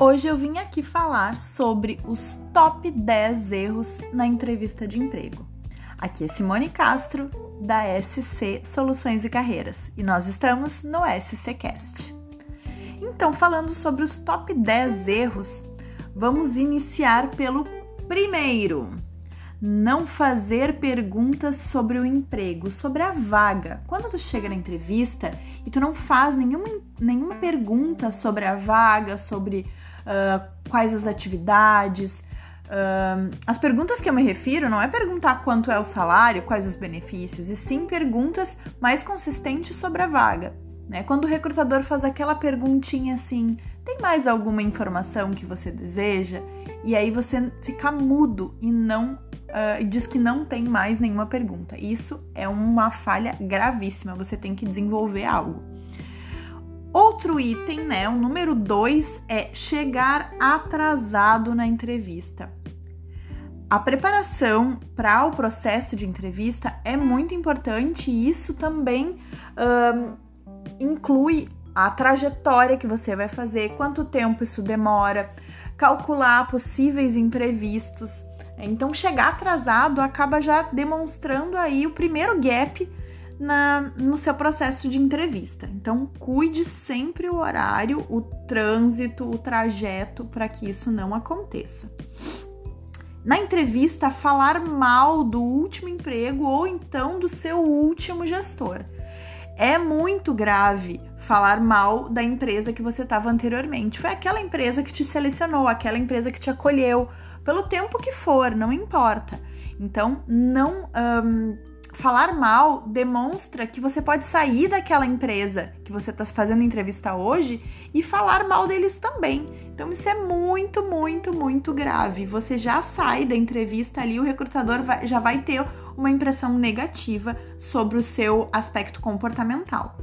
Hoje eu vim aqui falar sobre os top 10 erros na entrevista de emprego. Aqui é Simone Castro, da SC Soluções e Carreiras, e nós estamos no SCcast. Então, falando sobre os top 10 erros, vamos iniciar pelo primeiro. Não fazer perguntas sobre o emprego, sobre a vaga. Quando tu chega na entrevista e tu não faz nenhuma pergunta sobre a vaga, sobre quais as atividades. As perguntas que eu me refiro não é perguntar quanto é o salário, quais os benefícios, e sim perguntas mais consistentes sobre a vaga. Né? Quando o recrutador faz aquela perguntinha assim, tem mais alguma informação que você deseja? E aí você fica mudo e diz que não tem mais nenhuma pergunta. Isso é uma falha gravíssima, você tem que desenvolver algo. Outro item, né, o número 2, é chegar atrasado na entrevista. A preparação para o processo de entrevista é muito importante e isso também inclui a trajetória que você vai fazer, quanto tempo isso demora, calcular possíveis imprevistos. Então, chegar atrasado acaba já demonstrando aí o primeiro gap no seu processo de entrevista. Então, cuide sempre o horário, o trânsito, o trajeto para que isso não aconteça. Na entrevista, falar mal do último emprego ou então do seu último gestor. É muito grave falar mal da empresa que você estava anteriormente. Foi aquela empresa que te selecionou, aquela empresa que te acolheu, pelo tempo que for, não importa. Então, falar mal demonstra que você pode sair daquela empresa que você está fazendo entrevista hoje e falar mal deles também. Então, isso é muito, muito, muito grave. Você já sai da entrevista ali, o recrutador já vai ter uma impressão negativa sobre o seu aspecto comportamental.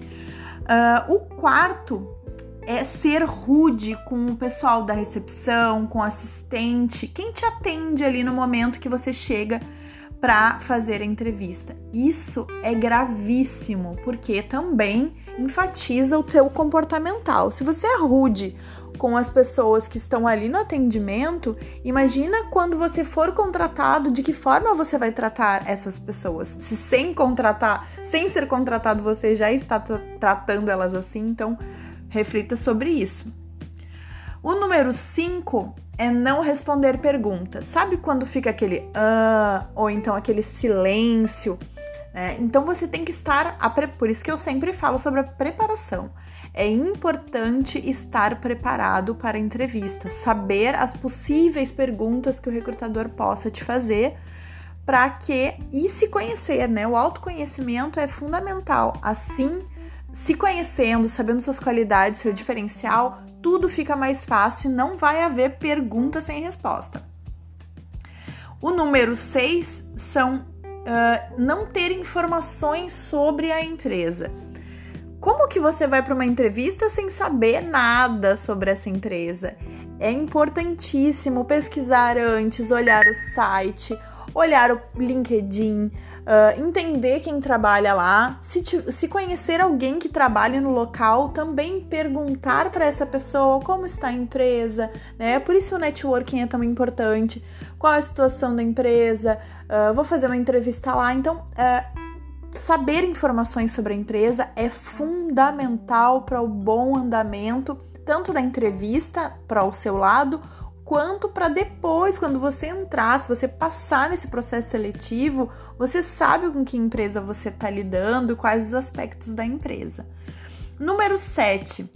O quarto é ser rude com o pessoal da recepção, com o assistente, quem te atende ali no momento que você chega para fazer a entrevista. Isso é gravíssimo, porque também enfatiza o teu comportamental. Se você é rude com as pessoas que estão ali no atendimento, imagina quando você for contratado, de que forma você vai tratar essas pessoas. Se sem ser contratado, você já está tratando elas assim, então reflita sobre isso. O número 5 é não responder perguntas. Sabe quando fica aquele ou então aquele silêncio? Né? Então você tem que estar... Por isso que eu sempre falo sobre a preparação. É importante estar preparado para a entrevista, saber as possíveis perguntas que o recrutador possa te fazer e se conhecer, né? O autoconhecimento é fundamental. Assim, se conhecendo, sabendo suas qualidades, seu diferencial, tudo fica mais fácil e não vai haver pergunta sem resposta. O número 6 são não ter informações sobre a empresa. Como que você vai para uma entrevista sem saber nada sobre essa empresa? É importantíssimo pesquisar antes, olhar o site, olhar o LinkedIn, entender quem trabalha lá, se conhecer alguém que trabalha no local, também perguntar para essa pessoa como está a empresa, né? Por isso o networking é tão importante, qual é a situação da empresa, vou fazer uma entrevista lá, então saber informações sobre a empresa é fundamental para o bom andamento, tanto da entrevista para o seu lado, quanto para depois, quando você entrar, se você passar nesse processo seletivo, você sabe com que empresa você está lidando e quais os aspectos da empresa. Número 7,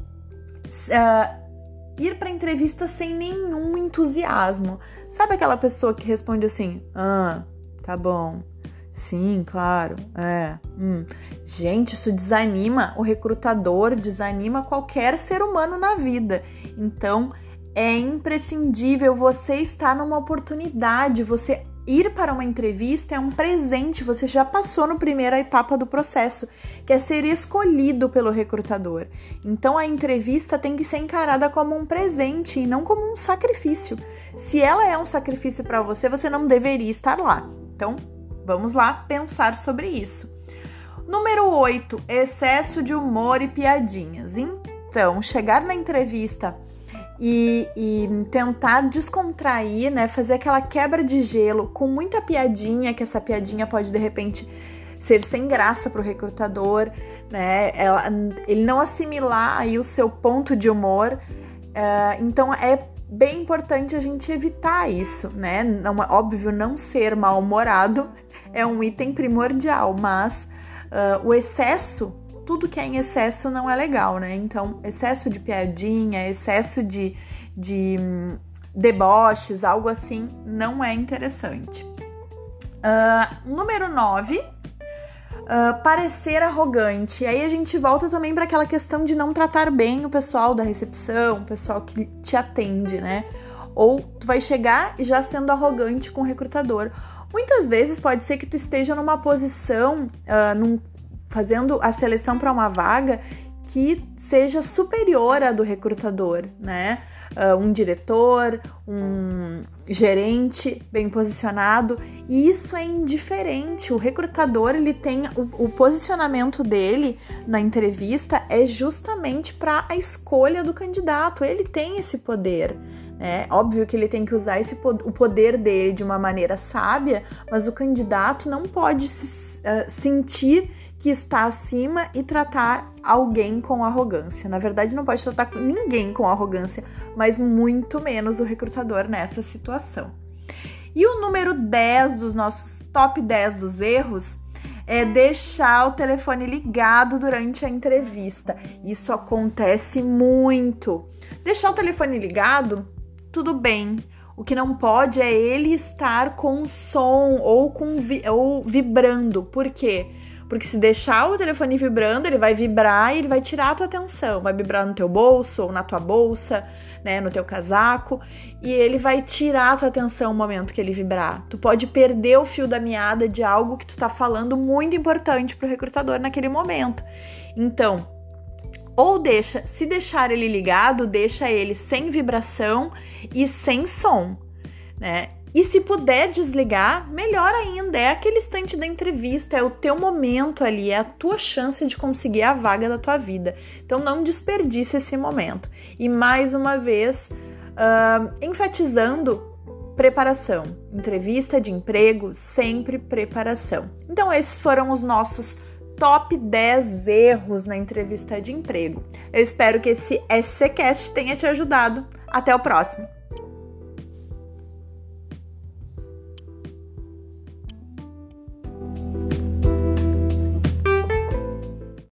ir para a entrevista sem nenhum entusiasmo. Sabe aquela pessoa que responde assim, tá bom, sim, claro, Gente, isso desanima o recrutador, desanima qualquer ser humano na vida. Então, é imprescindível você estar numa oportunidade, você ir para uma entrevista é um presente, você já passou na primeira etapa do processo, que é ser escolhido pelo recrutador. Então a entrevista tem que ser encarada como um presente e não como um sacrifício. Se ela é um sacrifício para você, você não deveria estar lá. Então, vamos lá pensar sobre isso. Número 8, excesso de humor e piadinhas. Então, chegar na entrevista e tentar descontrair, né? Fazer aquela quebra de gelo com muita piadinha, que essa piadinha pode, de repente, ser sem graça para o recrutador, né? Ele não assimilar aí o seu ponto de humor. Então, é bem importante a gente evitar isso, né? Não, óbvio, não ser mal-humorado é um item primordial, mas o excesso, tudo que é em excesso não é legal, né? Então, excesso de piadinha, excesso de deboches, algo assim, não é interessante. Número 9, parecer arrogante. E aí a gente volta também para aquela questão de não tratar bem o pessoal da recepção, o pessoal que te atende, né? Ou tu vai chegar já sendo arrogante com o recrutador. Muitas vezes pode ser que tu esteja numa posição, fazendo a seleção para uma vaga que seja superior à do recrutador, né? Um diretor, um gerente bem posicionado, e isso é indiferente. O recrutador, ele tem o posicionamento dele na entrevista é justamente para a escolha do candidato. Ele tem esse poder, né? Óbvio que ele tem que usar o poder dele de uma maneira sábia, mas o candidato não pode sentir que está acima e tratar alguém com arrogância. Na verdade, não pode tratar ninguém com arrogância, mas muito menos o recrutador nessa situação. E o número 10 dos nossos top 10 dos erros é deixar o telefone ligado durante a entrevista. Isso acontece muito. Deixar o telefone ligado, tudo bem. O que não pode é ele estar com som ou vibrando. Por quê? Porque se deixar o telefone vibrando, ele vai vibrar e ele vai tirar a tua atenção. Vai vibrar no teu bolso ou na tua bolsa, né, no teu casaco. E ele vai tirar a tua atenção no momento que ele vibrar. Tu pode perder o fio da meada de algo que tu tá falando muito importante pro recrutador naquele momento. Então, ou se deixar ele ligado, deixa ele sem vibração e sem som, né? E se puder desligar, melhor ainda, é aquele instante da entrevista, é o teu momento ali, é a tua chance de conseguir a vaga da tua vida. Então não desperdice esse momento. E mais uma vez, enfatizando preparação. Entrevista de emprego, sempre preparação. Então esses foram os nossos top 10 erros na entrevista de emprego. Eu espero que esse SCCast tenha te ajudado. Até o próximo!